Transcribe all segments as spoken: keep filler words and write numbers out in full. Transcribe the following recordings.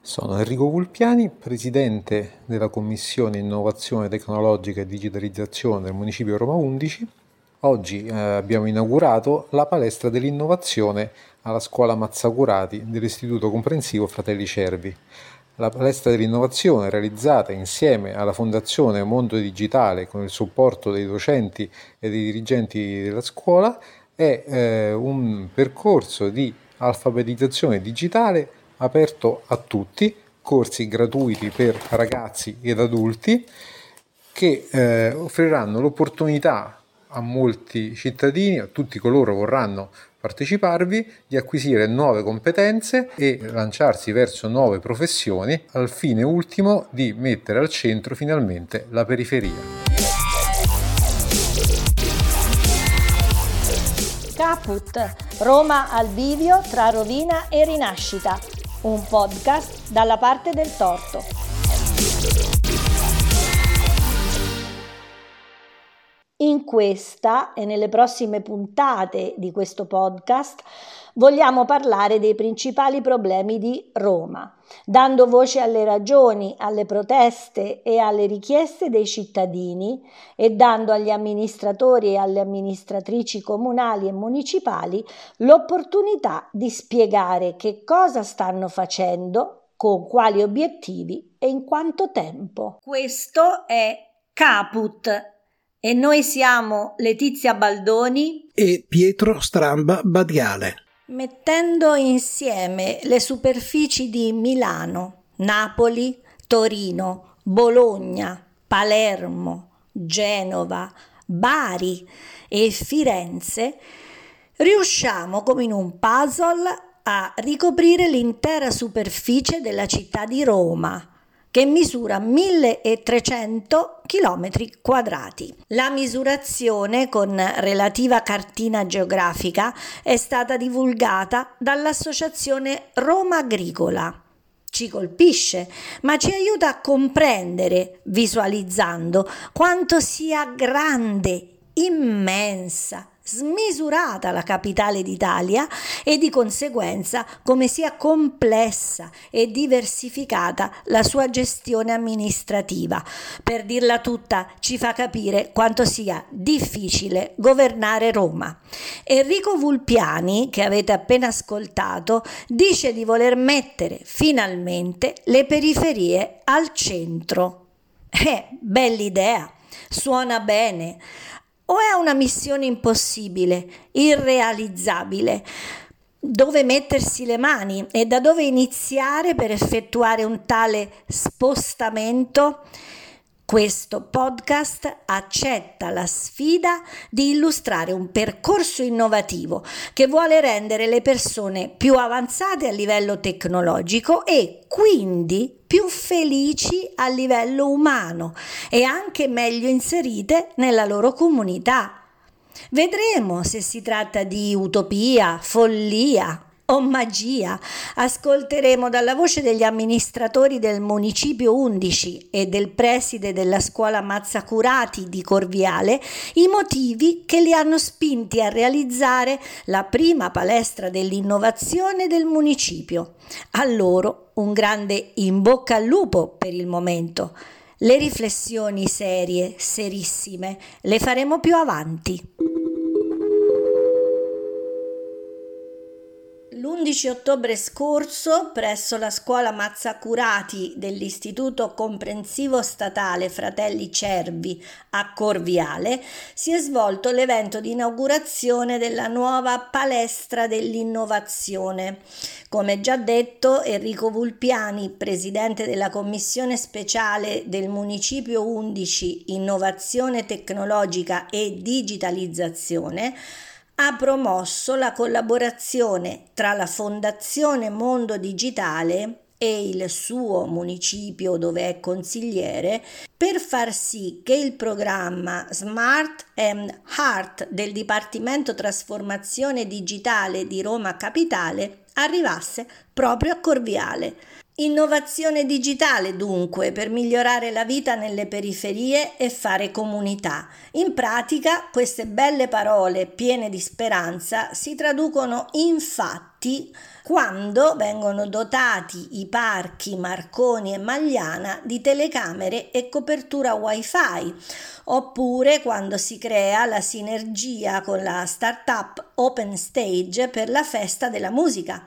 Sono Enrico Vulpiani, presidente della Commissione Innovazione Tecnologica e Digitalizzazione del Municipio Roma undici. Oggi eh, abbiamo inaugurato la palestra dell'innovazione alla scuola Mazzacurati dell'Istituto Comprensivo Fratelli Cervi. La palestra dell'innovazione, realizzata insieme alla Fondazione Mondo Digitale con il supporto dei docenti e dei dirigenti della scuola, è eh, un percorso di alfabetizzazione digitale aperto a tutti, corsi gratuiti per ragazzi ed adulti che eh, offriranno l'opportunità a molti cittadini, a tutti coloro che vorranno parteciparvi, di acquisire nuove competenze e lanciarsi verso nuove professioni, al fine ultimo di mettere al centro finalmente la periferia. Caput, Roma al bivio tra rovina e rinascita, un podcast dalla parte del torto. In questa e nelle prossime puntate di questo podcast vogliamo parlare dei principali problemi di Roma, dando voce alle ragioni, alle proteste e alle richieste dei cittadini e dando agli amministratori e alle amministratrici comunali e municipali l'opportunità di spiegare che cosa stanno facendo, con quali obiettivi e in quanto tempo. Questo è Caput. E noi siamo Letizia Baldoni e Pietro Stramba Badiale. Mettendo insieme le superfici di Milano, Napoli, Torino, Bologna, Palermo, Genova, Bari e Firenze, riusciamo come in un puzzle a ricoprire l'intera superficie della città di Roma, che misura milletrecento chilometri quadrati. La misurazione con relativa cartina geografica è stata divulgata dall'associazione Roma Agricola. Ci colpisce, ma ci aiuta a comprendere, visualizzando, quanto sia grande, immensa, smisurata la capitale d'Italia e di conseguenza come sia complessa e diversificata la sua gestione amministrativa. Per dirla tutta, ci fa capire quanto sia difficile governare Roma. Enrico Vulpiani, che avete appena ascoltato, dice di voler mettere finalmente le periferie al centro. Eh, bell'idea, suona bene. O è una missione impossibile, irrealizzabile? Dove mettersi le mani e da dove iniziare per effettuare un tale spostamento? Questo podcast accetta la sfida di illustrare un percorso innovativo che vuole rendere le persone più avanzate a livello tecnologico e quindi più felici a livello umano e anche meglio inserite nella loro comunità. Vedremo se si tratta di utopia, follia o magia. Ascolteremo dalla voce degli amministratori del Municipio undici e del preside della scuola Mazzacurati di Corviale i motivi che li hanno spinti a realizzare la prima palestra dell'innovazione del municipio. A loro un grande in bocca al lupo per il momento. Le riflessioni serie, serissime, le faremo più avanti. L'undici ottobre scorso, presso la scuola Mazzacurati dell'Istituto Comprensivo Statale Fratelli Cervi a Corviale, si è svolto l'evento di inaugurazione della nuova palestra dell'innovazione. Come già detto, Enrico Vulpiani, presidente della Commissione Speciale del Municipio undici Innovazione Tecnologica e Digitalizzazione, ha promosso la collaborazione tra la Fondazione Mondo Digitale e il suo municipio, dove è consigliere, per far sì che il programma Smart and Heart del Dipartimento Trasformazione Digitale di Roma Capitale arrivasse proprio a Corviale. Innovazione digitale dunque per migliorare la vita nelle periferie e fare comunità. In pratica queste belle parole piene di speranza si traducono in fatti quando vengono dotati i parchi Marconi e Magliana di telecamere e copertura wifi, oppure quando si crea la sinergia con la startup Open Stage per la festa della musica,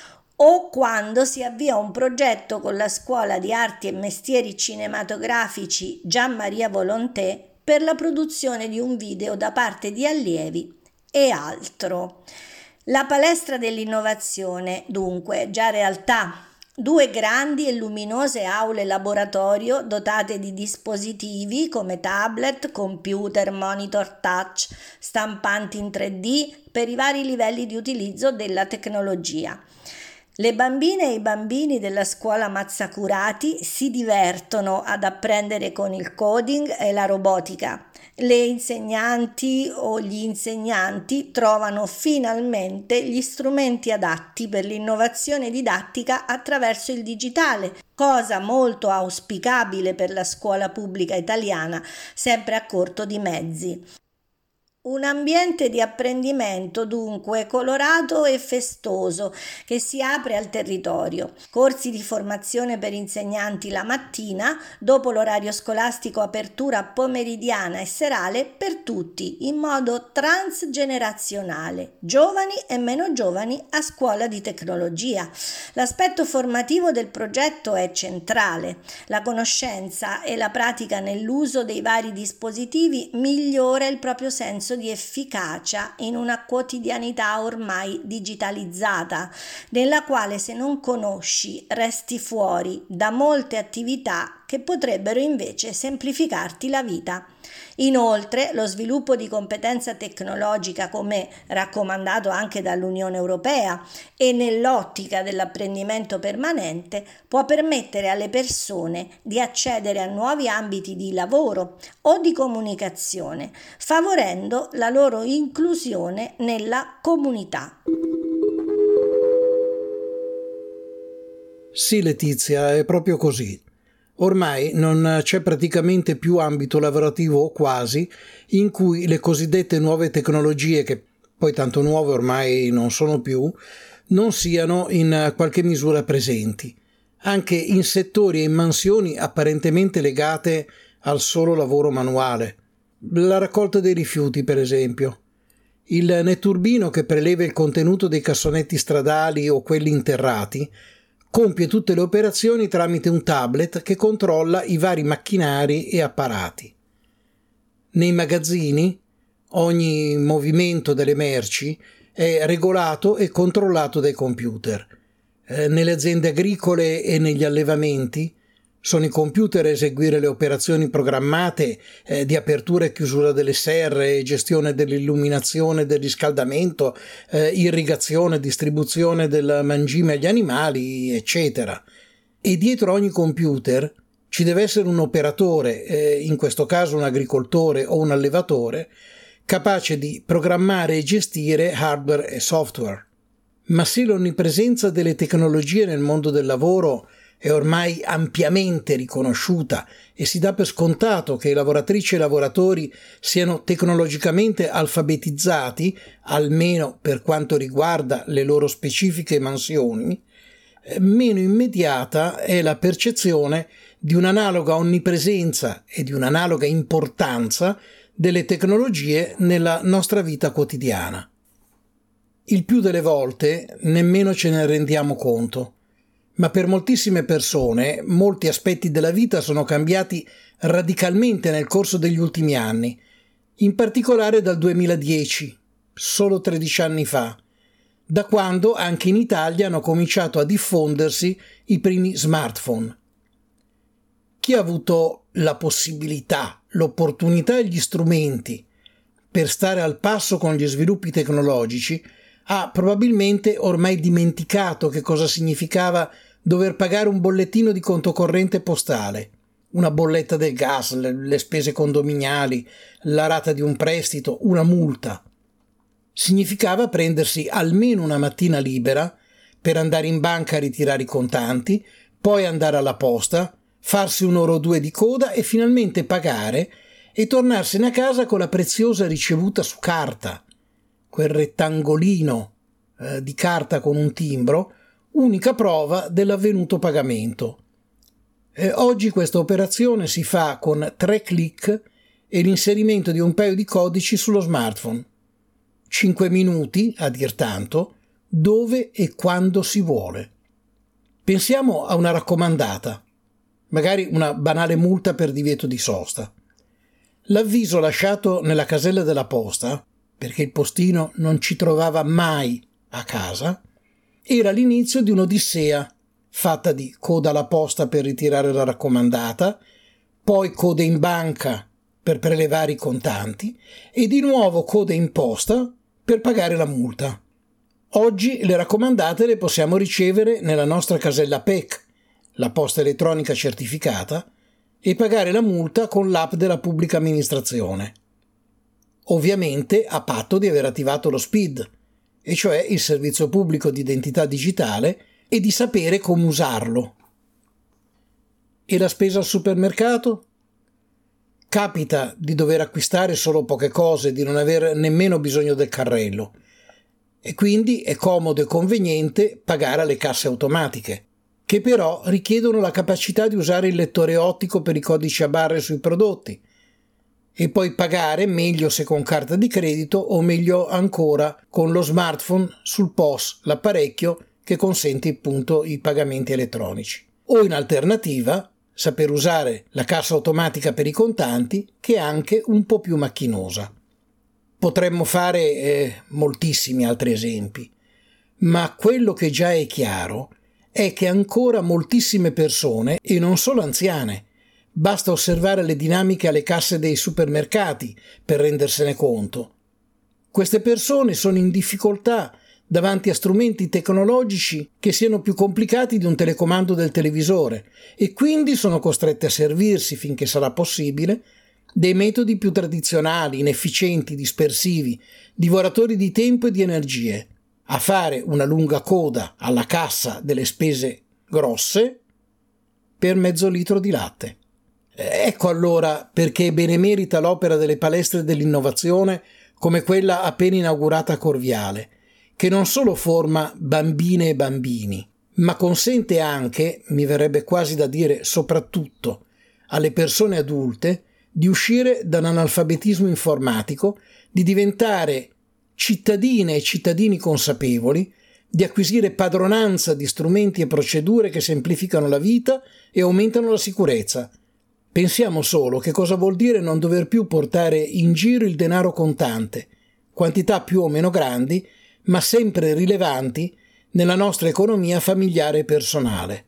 o quando si avvia un progetto con la Scuola di Arti e Mestieri Cinematografici Gian Maria Volonté per la produzione di un video da parte di allievi e altro. La palestra dell'innovazione, dunque, già realtà. Due grandi e luminose aule laboratorio dotate di dispositivi come tablet, computer, monitor touch, stampanti in tre D per i vari livelli di utilizzo della tecnologia. Le bambine e i bambini della scuola Mazzacurati si divertono ad apprendere con il coding e la robotica. Le insegnanti o gli insegnanti trovano finalmente gli strumenti adatti per l'innovazione didattica attraverso il digitale, cosa molto auspicabile per la scuola pubblica italiana, sempre a corto di mezzi. Un ambiente di apprendimento dunque colorato e festoso che si apre al territorio. Corsi di formazione per insegnanti la mattina, dopo l'orario scolastico apertura pomeridiana e serale per tutti in modo transgenerazionale, giovani e meno giovani a scuola di tecnologia. L'aspetto formativo del progetto è centrale. La conoscenza e la pratica nell'uso dei vari dispositivi migliora il proprio senso di efficacia in una quotidianità ormai digitalizzata, nella quale se non conosci resti fuori da molte attività che potrebbero invece semplificarti la vita. Inoltre, lo sviluppo di competenza tecnologica, come raccomandato anche dall'Unione Europea e nell'ottica dell'apprendimento permanente, può permettere alle persone di accedere a nuovi ambiti di lavoro o di comunicazione, favorendo la loro inclusione nella comunità. Sì, Letizia, è proprio così. Ormai non c'è praticamente più ambito lavorativo o quasi in cui le cosiddette nuove tecnologie, che poi tanto nuove ormai non sono più, non siano in qualche misura presenti, anche in settori e in mansioni apparentemente legate al solo lavoro manuale. La raccolta dei rifiuti, per esempio. Il netturbino che preleva il contenuto dei cassonetti stradali o quelli interrati compie tutte le operazioni tramite un tablet che controlla i vari macchinari e apparati. Nei magazzini, ogni movimento delle merci è regolato e controllato dai computer. Eh, nelle aziende agricole e negli allevamenti sono i computer a eseguire le operazioni programmate eh, di apertura e chiusura delle serre, gestione dell'illuminazione e del riscaldamento, eh, irrigazione, distribuzione del mangime agli animali, eccetera. E dietro ogni computer ci deve essere un operatore, eh, in questo caso un agricoltore o un allevatore, capace di programmare e gestire hardware e software. Ma se l'onnipresenza delle tecnologie nel mondo del lavoro è ormai ampiamente riconosciuta e si dà per scontato che lavoratrici e lavoratori siano tecnologicamente alfabetizzati, almeno per quanto riguarda le loro specifiche mansioni, meno immediata è la percezione di un'analoga onnipresenza e di un'analoga importanza delle tecnologie nella nostra vita quotidiana. Il più delle volte nemmeno ce ne rendiamo conto. Ma per moltissime persone molti aspetti della vita sono cambiati radicalmente nel corso degli ultimi anni, in particolare dal duemiladieci, solo tredici anni fa, da quando anche in Italia hanno cominciato a diffondersi i primi smartphone. Chi ha avuto la possibilità, l'opportunità e gli strumenti per stare al passo con gli sviluppi tecnologici ha probabilmente ormai dimenticato che cosa significava dover pagare un bollettino di conto corrente postale, una bolletta del gas, le, le spese condominiali, la rata di un prestito, una multa. Significava prendersi almeno una mattina libera per andare in banca a ritirare i contanti, poi andare alla posta, farsi un'ora o due di coda e finalmente pagare e tornarsene a casa con la preziosa ricevuta su carta, quel rettangolino eh, di carta con un timbro, unica prova dell'avvenuto pagamento. E oggi questa operazione si fa con tre clic e l'inserimento di un paio di codici sullo smartphone. Cinque minuti, a dir tanto, dove e quando si vuole. Pensiamo a una raccomandata, magari una banale multa per divieto di sosta. L'avviso lasciato nella casella della posta, perché il postino non ci trovava mai a casa, era l'inizio di un'odissea fatta di coda alla posta per ritirare la raccomandata, poi code in banca per prelevare i contanti e di nuovo code in posta per pagare la multa. Oggi le raccomandate le possiamo ricevere nella nostra casella P E C, la posta elettronica certificata, e pagare la multa con l'app della pubblica amministrazione. Ovviamente a patto di aver attivato lo S P I D, e cioè il servizio pubblico di identità digitale, e di sapere come usarlo. E la spesa al supermercato? Capita di dover acquistare solo poche cose, di non aver nemmeno bisogno del carrello. E quindi è comodo e conveniente pagare alle casse automatiche, che però richiedono la capacità di usare il lettore ottico per i codici a barre sui prodotti, e poi pagare meglio se con carta di credito o meglio ancora con lo smartphone sul P O S, l'apparecchio che consente appunto i pagamenti elettronici. O in alternativa saper usare la cassa automatica per i contanti, che è anche un po' più macchinosa. Potremmo fare eh, moltissimi altri esempi, ma quello che già è chiaro è che ancora moltissime persone, e non solo anziane, basta osservare le dinamiche alle casse dei supermercati per rendersene conto. Queste persone sono in difficoltà davanti a strumenti tecnologici che siano più complicati di un telecomando del televisore e quindi sono costrette a servirsi, finché sarà possibile, dei metodi più tradizionali, inefficienti, dispersivi, divoratori di tempo e di energie, a fare una lunga coda alla cassa delle spese grosse per mezzo litro di latte. Ecco allora perché benemerita l'opera delle palestre dell'innovazione come quella appena inaugurata a Corviale, che non solo forma bambine e bambini, ma consente anche, mi verrebbe quasi da dire soprattutto, alle persone adulte di uscire dall'analfabetismo informatico, di diventare cittadine e cittadini consapevoli, di acquisire padronanza di strumenti e procedure che semplificano la vita e aumentano la sicurezza. Pensiamo solo che cosa vuol dire non dover più portare in giro il denaro contante, quantità più o meno grandi, ma sempre rilevanti nella nostra economia familiare e personale.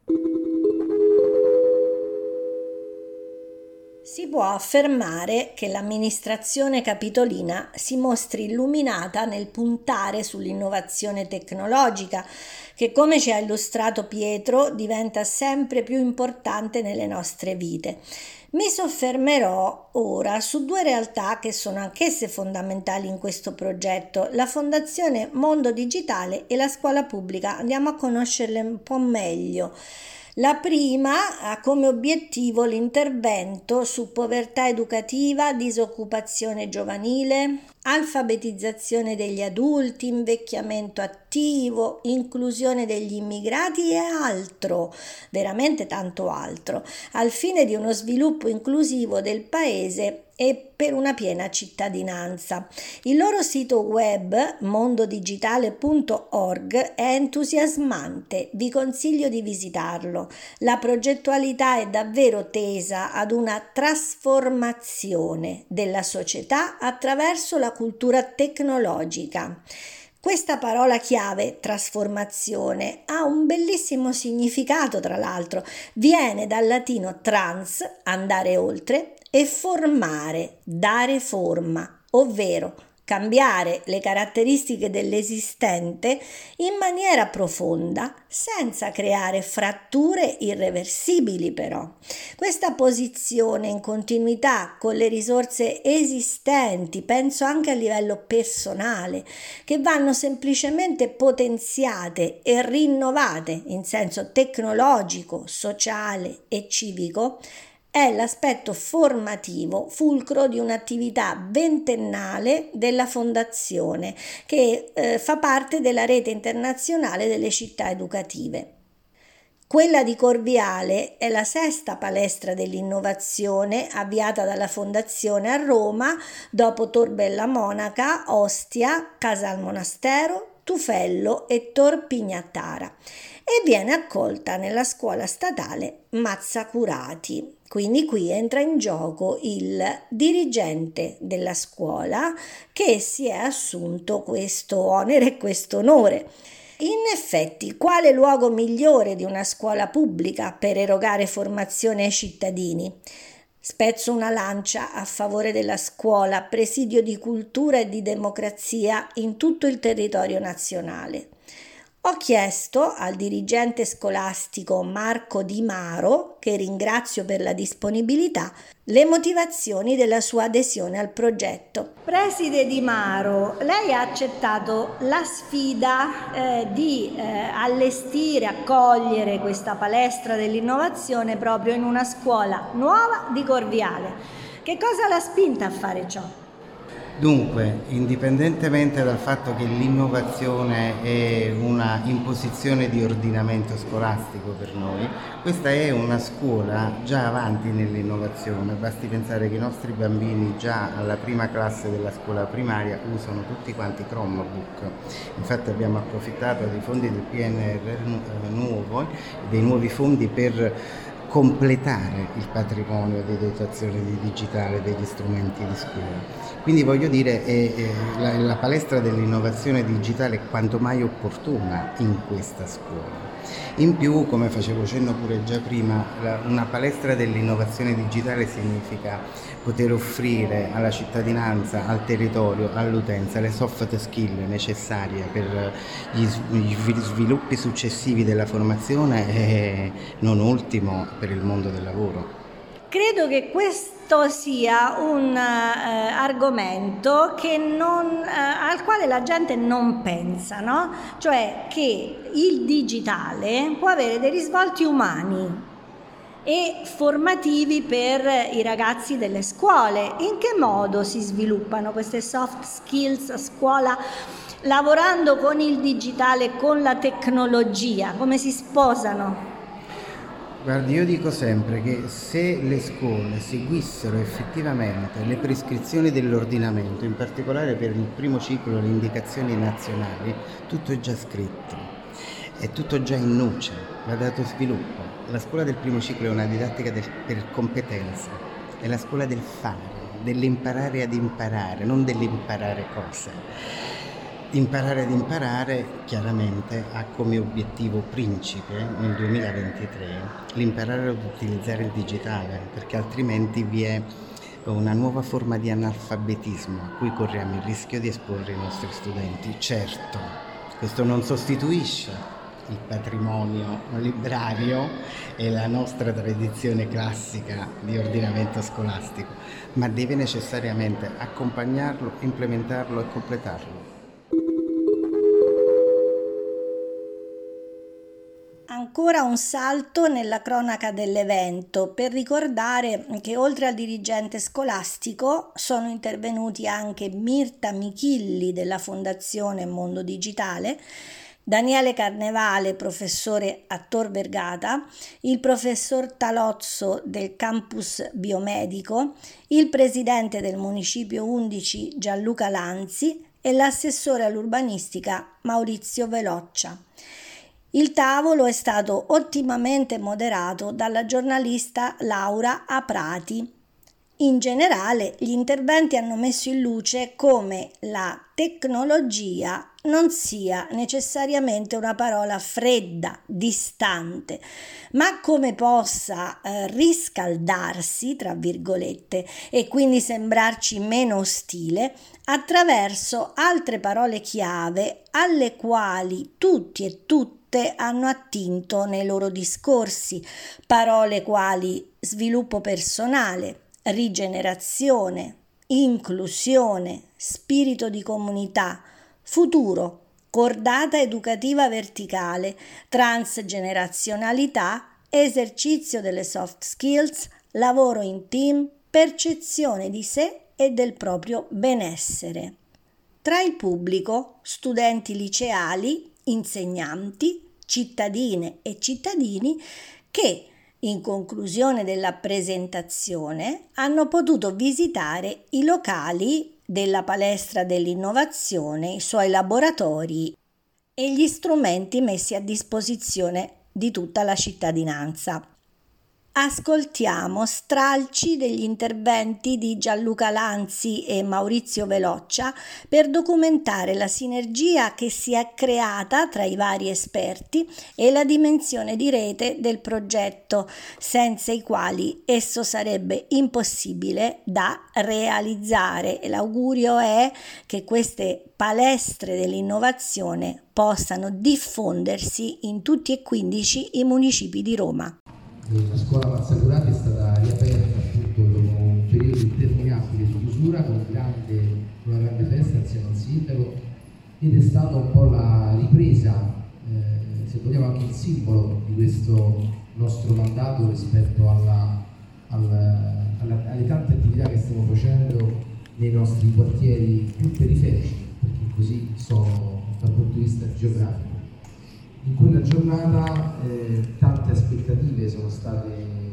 Si può affermare che l'amministrazione capitolina si mostri illuminata nel puntare sull'innovazione tecnologica, che, come ci ha illustrato Pietro, diventa sempre più importante nelle nostre vite. Mi soffermerò ora su due realtà che sono anch'esse fondamentali in questo progetto, la Fondazione Mondo Digitale e la Scuola Pubblica. Andiamo a conoscerle un po' meglio. La prima ha come obiettivo l'intervento su povertà educativa, disoccupazione giovanile, alfabetizzazione degli adulti, invecchiamento attivo, inclusione degli immigrati e altro, veramente tanto altro, al fine di uno sviluppo inclusivo del paese e per una piena cittadinanza. Il loro sito web mondodigitale punto org è entusiasmante, vi consiglio di visitarlo. La progettualità è davvero tesa ad una trasformazione della società attraverso la cultura tecnologica. Questa parola chiave, trasformazione, ha un bellissimo significato, tra l'altro. Viene dal latino trans, andare oltre, e formare, dare forma, ovvero cambiare le caratteristiche dell'esistente in maniera profonda, senza creare fratture irreversibili però. Questa posizione in continuità con le risorse esistenti, penso anche a livello personale, che vanno semplicemente potenziate e rinnovate in senso tecnologico, sociale e civico, è l'aspetto formativo fulcro di un'attività ventennale della Fondazione che eh, fa parte della rete internazionale delle città educative. Quella di Corviale è la sesta palestra dell'innovazione avviata dalla Fondazione a Roma dopo Tor Bella Monaca, Ostia, Casal Monastero, Tufello e Tor Pignatara e viene accolta nella scuola statale Mazzacurati. Quindi qui entra in gioco il dirigente della scuola che si è assunto questo onere e questo onore. In effetti, quale luogo migliore di una scuola pubblica per erogare formazione ai cittadini? Spezzo una lancia a favore della scuola, presidio di cultura e di democrazia in tutto il territorio nazionale. Ho chiesto al dirigente scolastico Marco Di Maro, che ringrazio per la disponibilità, le motivazioni della sua adesione al progetto. Preside Di Maro, lei ha accettato la sfida eh, di eh, allestire, accogliere questa palestra dell'innovazione proprio in una scuola nuova di Corviale. Che cosa l'ha spinta a fare ciò? Dunque, indipendentemente dal fatto che l'innovazione è una imposizione di ordinamento scolastico per noi, questa è una scuola già avanti nell'innovazione. Basti pensare che i nostri bambini già alla prima classe della scuola primaria usano tutti quanti Chromebook. Infatti abbiamo approfittato dei fondi del P N R R nuovo, dei nuovi fondi per completare il patrimonio di dotazione di digitale degli strumenti di scuola. Quindi voglio dire, è, è, la, la palestra dell'innovazione digitale è quanto mai opportuna in questa scuola. In più, come facevo cenno pure già prima, la, una palestra dell'innovazione digitale significa poter offrire alla cittadinanza, al territorio, all'utenza le soft skill necessarie per gli, gli sviluppi successivi della formazione e non ultimo per il mondo del lavoro. Credo che questo sia un uh, argomento che non, uh, al quale la gente non pensa, no? Cioè che il digitale può avere dei risvolti umani e formativi per i ragazzi delle scuole. In che modo si sviluppano queste soft skills a scuola lavorando con il digitale, con la tecnologia? Come si sposano? Guardi, io dico sempre che se le scuole seguissero effettivamente le prescrizioni dell'ordinamento, in particolare per il primo ciclo le indicazioni nazionali, tutto è già scritto, è tutto già in nuce, va dato sviluppo. La scuola del primo ciclo è una didattica del, per competenze, è la scuola del fare, dell'imparare ad imparare, non dell'imparare cose. Imparare ad imparare chiaramente ha come obiettivo principe nel duemilaventitré l'imparare ad utilizzare il digitale, perché altrimenti vi è una nuova forma di analfabetismo a cui corriamo il rischio di esporre i nostri studenti. Certo, questo non sostituisce il patrimonio librario e la nostra tradizione classica di ordinamento scolastico, ma deve necessariamente accompagnarlo, implementarlo e completarlo. Ancora un salto nella cronaca dell'evento per ricordare che oltre al dirigente scolastico sono intervenuti anche Mirta Michilli della Fondazione Mondo Digitale, Daniele Carnevale, professore a Tor Vergata, il professor Talozzo del campus biomedico, il presidente del Municipio undici Gianluca Lanzi e l'assessore all'urbanistica Maurizio Veloccia. Il tavolo è stato ottimamente moderato dalla giornalista Laura Aprati. In generale, gli interventi hanno messo in luce come la tecnologia non sia necessariamente una parola fredda, distante, ma come possa eh, riscaldarsi, tra virgolette, e quindi sembrarci meno ostile attraverso altre parole chiave alle quali tutti e tutte hanno attinto nei loro discorsi, parole quali sviluppo personale, rigenerazione, inclusione, spirito di comunità, futuro, cordata educativa verticale, transgenerazionalità, esercizio delle soft skills, lavoro in team, percezione di sé e del proprio benessere. Tra il pubblico, studenti liceali, insegnanti, cittadine e cittadini che, in conclusione della presentazione, hanno potuto visitare i locali della palestra dell'innovazione, i suoi laboratori e gli strumenti messi a disposizione di tutta la cittadinanza. Ascoltiamo stralci degli interventi di Gianluca Lanzi e Maurizio Veloccia per documentare la sinergia che si è creata tra i vari esperti e la dimensione di rete del progetto, senza i quali esso sarebbe impossibile da realizzare. E l'augurio è che queste palestre dell'innovazione possano diffondersi in tutti e quindici i municipi di Roma. La scuola Mazzacurati è stata riaperta appunto dopo un periodo interminabile di chiusura con grande, una grande festa insieme al sindaco, ed è stata un po' la ripresa, eh, se vogliamo anche il simbolo di questo nostro mandato rispetto alla, alla, alla, alle tante attività che stiamo facendo nei nostri quartieri più periferici, perché così sono dal punto di vista geografico. In quella giornata eh, tante aspettative sono state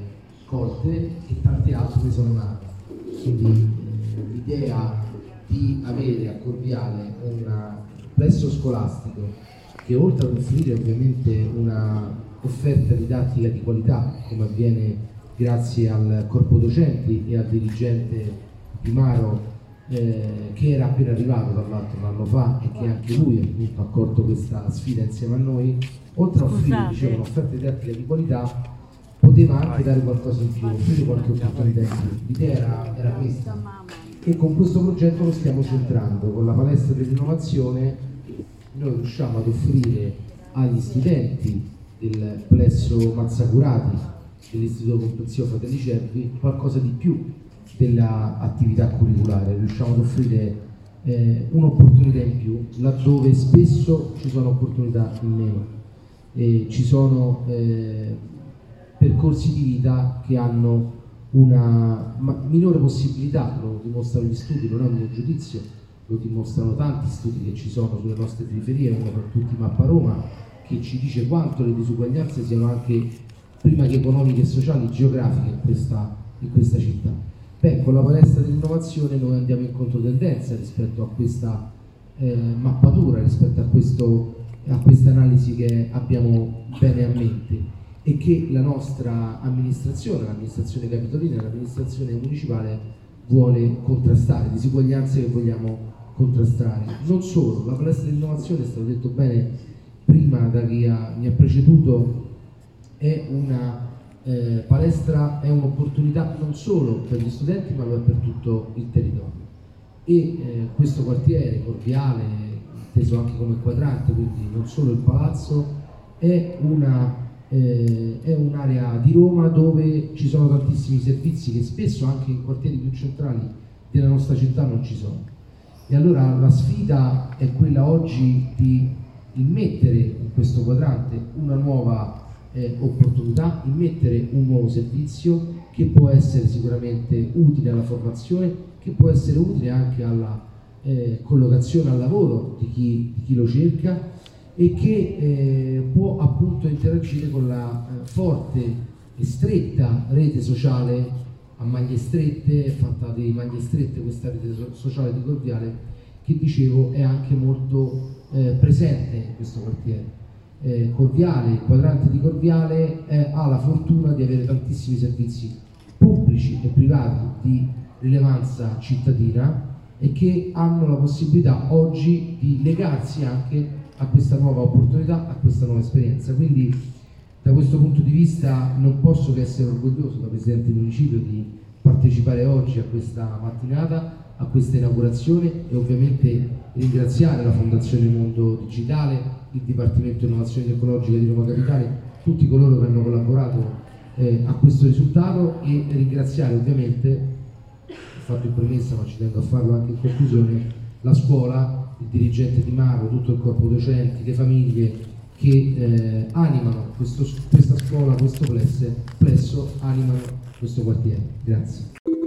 colte e tante altre sono nate, quindi eh, l'idea di avere a Corviale un plesso scolastico che, oltre ad offrire ovviamente una offerta didattica di qualità, come avviene grazie al corpo docenti e al dirigente Primaro, eh, che era appena arrivato tra l'altro un anno fa e che anche lui appunto ha accolto questa sfida insieme a noi, oltre a offrire diciamo, un'offerta didattica di qualità, poteva anche dare qualcosa in più, offrire qualche opportunità in più. L'idea era, era questa, e con questo progetto lo stiamo centrando. Con la palestra dell'innovazione noi riusciamo ad offrire agli studenti del plesso Mazzacurati dell'Istituto Comprensivo Fratelli Cervi qualcosa di più dell'attività curriculare. Riusciamo ad offrire eh, un'opportunità in più laddove spesso ci sono opportunità in meno, e ci sono eh, percorsi di vita che hanno una minore possibilità, lo dimostrano gli studi, non è un mio giudizio, lo dimostrano tanti studi che ci sono sulle nostre periferie, uno per tutti Mappa Roma, che ci dice quanto le disuguaglianze siano anche, prima che economiche e sociali, geografiche in questa, in questa città. Beh, con la palestra dell'innovazione noi andiamo in controtendenza rispetto a questa eh, mappatura, rispetto a, questo, a questa analisi che abbiamo bene a mente, e che la nostra amministrazione, l'amministrazione capitolina, l'amministrazione municipale vuole contrastare, disuguaglianze che vogliamo contrastare. Non solo, la palestra dell'innovazione, è stato detto bene prima da chi ha, mi ha preceduto, è una Eh, palestra, è un'opportunità non solo per gli studenti ma per tutto il territorio, e eh, questo quartiere Corviale, inteso anche come quadrante, quindi non solo il palazzo, è, una, eh, è un'area di Roma dove ci sono tantissimi servizi che spesso anche in quartieri più centrali della nostra città non ci sono. E allora la sfida è quella oggi di immettere in questo quadrante una nuova Eh, opportunità, immettere un nuovo servizio che può essere sicuramente utile alla formazione, che può essere utile anche alla eh, collocazione al lavoro di chi, di chi lo cerca, e che eh, può appunto interagire con la eh, forte e stretta rete sociale a maglie strette, fatta di maglie strette questa rete so- sociale di Corviale, che dicevo è anche molto eh, presente in questo quartiere. Eh, Corviale, il quadrante di Corviale eh, ha la fortuna di avere tantissimi servizi pubblici pubblici e privati di rilevanza cittadina e che hanno la possibilità oggi di legarsi anche a questa nuova opportunità, a questa nuova esperienza. Quindi da questo punto di vista non posso che essere orgoglioso da Presidente del Municipio di partecipare oggi a questa mattinata, a questa inaugurazione, e ovviamente ringraziare la Fondazione Mondo Digitale, il Dipartimento Innovazione Tecnologica di Roma Capitale, tutti coloro che hanno collaborato eh, a questo risultato, e ringraziare ovviamente, ho fatto in premessa ma ci tengo a farlo anche in conclusione, la scuola, il dirigente Di Maro, tutto il corpo docenti, le famiglie che eh, animano questo, questa scuola, questo plesso, plesso, animano questo quartiere. Grazie.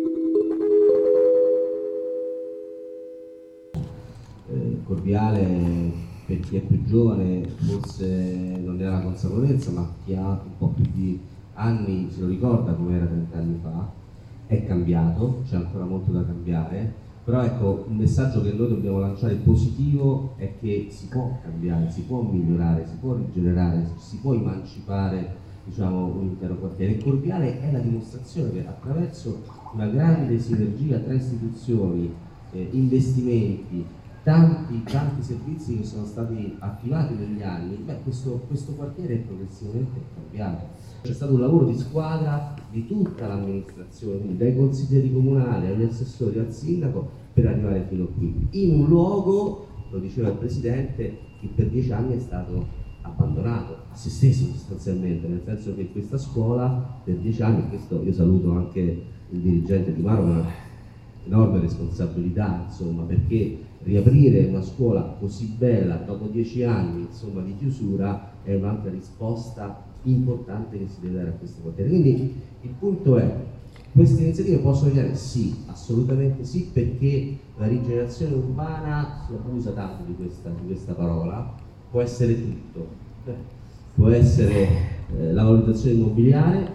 Eh, cordiale per chi è più giovane, forse non ne ha la consapevolezza, ma chi ha un po' più di anni se lo ricorda come era trent'anni fa. È cambiato, c'è ancora molto da cambiare, però ecco, un messaggio che noi dobbiamo lanciare positivo è che si può cambiare, si può migliorare, si può rigenerare, si può emancipare, diciamo, un intero quartiere. E Corviale è la dimostrazione che attraverso una grande sinergia tra istituzioni, eh, investimenti, tanti, tanti servizi che sono stati attivati negli anni, beh, questo, questo quartiere è progressivamente cambiato. C'è stato un lavoro di squadra di tutta l'amministrazione, quindi dai consiglieri comunali agli assessori al sindaco, per arrivare fino qui, in un luogo, lo diceva il Presidente, che per dieci anni è stato abbandonato a se stesso sostanzialmente, nel senso che questa scuola per dieci anni, questo io saluto anche il dirigente Di Maro, una enorme responsabilità, insomma, perché riaprire una scuola così bella dopo dieci anni, insomma, di chiusura è un'altra risposta importante che si deve dare a questo quartiere. Quindi il punto è, queste iniziative possono aiutare? Sì, assolutamente sì, perché la rigenerazione urbana, si abusa tanto di questa, di questa parola, può essere tutto, può essere eh, la valutazione immobiliare,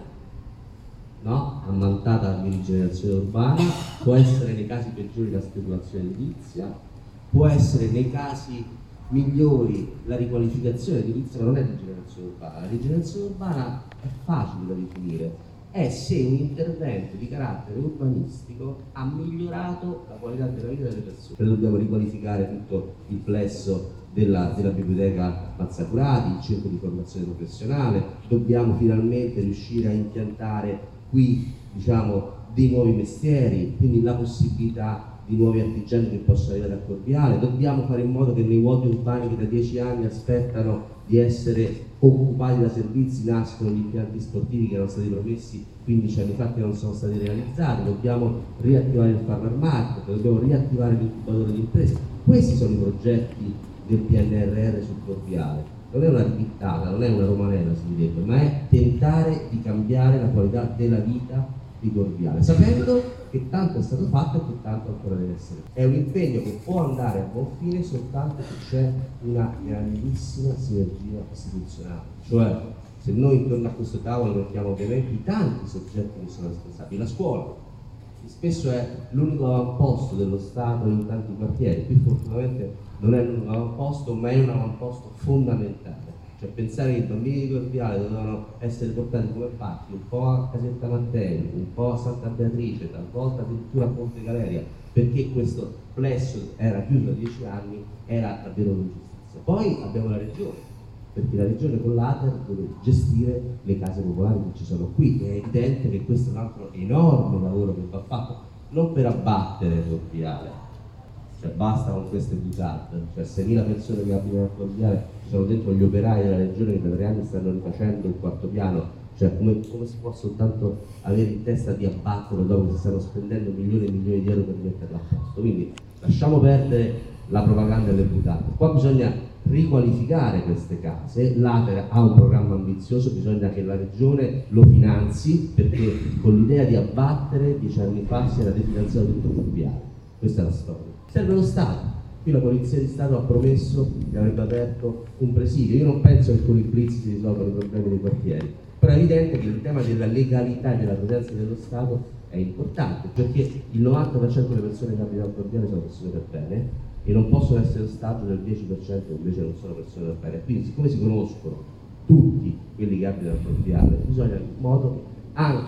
no? Ammantata di rigenerazione urbana, può essere nei casi peggiori la speculazione edilizia, può essere nei casi migliori la riqualificazione edilizia, ma non è rigenerazione urbana. La rigenerazione urbana è facile da definire, è se un intervento di carattere urbanistico ha migliorato la qualità della vita delle persone. Noi dobbiamo riqualificare tutto il plesso della, della biblioteca Mazzacurati, il centro di formazione professionale, dobbiamo finalmente riuscire a impiantare qui, diciamo, dei nuovi mestieri, quindi la possibilità di nuovi artigiani che possono arrivare a Corviale. Dobbiamo fare in modo che nei vuoti urbani che da dieci anni aspettano di essere occupati da servizi nascono gli impianti sportivi che erano stati promessi quindici anni fa, che non sono stati realizzati. Dobbiamo riattivare il farmer market, dobbiamo riattivare l'incubatore di imprese. Questi sono i progetti del P N R R sul Corviale. Non è una ripittata, non è una romanella, si direbbe, ma è tentare di cambiare la qualità della vita di Corviale, sapendo che tanto è stato fatto e che tanto ancora deve essere. È un impegno che può andare a buon fine soltanto se c'è una grandissima sinergia istituzionale, cioè se noi intorno a questo tavolo mettiamo ovviamente i tanti soggetti che sono responsabili. La scuola, che spesso è l'unico avamposto dello Stato in tanti quartieri, qui fortunatamente non è l'unico avamposto, ma è un avamposto fondamentale. Cioè pensare che i bambini di Corviale dovevano essere portati come parti un po' a Casetta Mantelli, un po' a Santa Beatrice, talvolta addirittura a Ponte Galeria, perché questo plesso era chiuso da dieci anni, era davvero un'ingiustizia. Poi abbiamo la regione, perché la regione con l'A T E R deve gestire le case popolari che ci sono qui, e è evidente che questo è un altro enorme lavoro che va fatto, non per abbattere Corviale, cioè basta con queste buttate, cioè seimila persone che abitano a Corviale, ci sono dentro gli operai della regione che da tre anni stanno rifacendo il quarto piano, cioè come, come si può soltanto avere in testa di abbatterlo dopo che si stanno spendendo milioni e milioni di euro per metterla a posto? Quindi lasciamo perdere la propaganda e le buttate, qua bisogna riqualificare queste case. L'A T E R ha un programma ambizioso, bisogna che la regione lo finanzi, perché con l'idea di abbattere dieci anni fa si era definanziato tutto Corviale. Questa è la storia. Serve lo Stato. Qui la Polizia di Stato ha promesso che avrebbe aperto un presidio. Io non penso che con il blitz si risolvano i problemi dei quartieri, però è evidente che il tema della legalità e della presenza dello Stato è importante, perché il novanta per cento delle persone che abitano a Corviale sono persone per bene e non possono essere ostaggio del dieci per cento che invece non sono persone per bene. Quindi, siccome si conoscono tutti quelli che abitano a Corviale, bisogna in modo anche,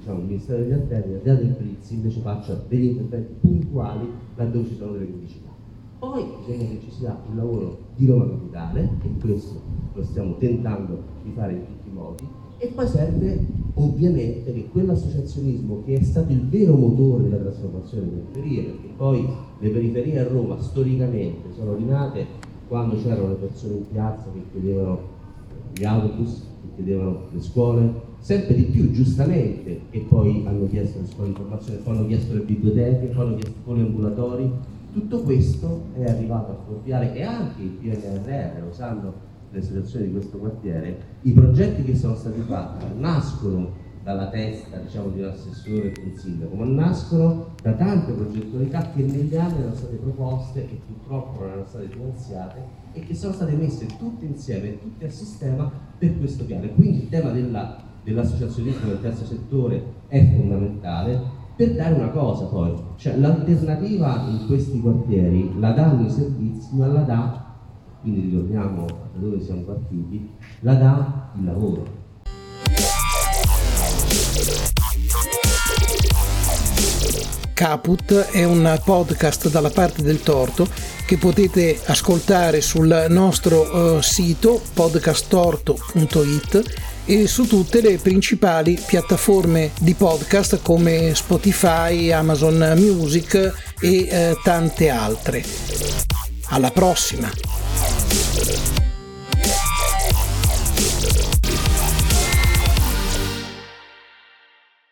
diciamo, il Ministero degli Interni, al di là del blitz, invece faccia degli interventi puntuali laddove ci sono delle criticità. Poi bisogna che ci sia un lavoro di Roma Capitale, e questo lo stiamo tentando di fare in tutti i modi, e poi serve ovviamente che quell'associazionismo che è stato il vero motore della trasformazione delle periferie, perché poi le periferie a Roma storicamente sono rinate quando c'erano le persone in piazza che chiedevano gli autobus, che chiedevano le scuole, sempre di più giustamente, e poi hanno chiesto le scuole di formazione, poi hanno chiesto le biblioteche, poi hanno chiesto poi gli ambulatori. Tutto questo è arrivato a fuorviare, e anche il P N R R, usando le situazioni di questo quartiere, i progetti che sono stati fatti nascono dalla testa, diciamo, di un assessore e di un sindaco, ma nascono da tante progettualità che negli anni erano state proposte e purtroppo non erano state finanziate, e che sono state messe tutte insieme, tutte a sistema per questo piano. Quindi il tema della, dell'associazionismo del terzo settore è fondamentale per dare una cosa, poi, cioè l'alternativa in questi quartieri la danno i servizi, ma la dà, quindi ritorniamo da dove siamo partiti, la dà il lavoro. Caput è un podcast dalla parte del torto che potete ascoltare sul nostro uh, sito podcast torto punto it e su tutte le principali piattaforme di podcast come Spotify, Amazon Music e uh, tante altre. Alla prossima!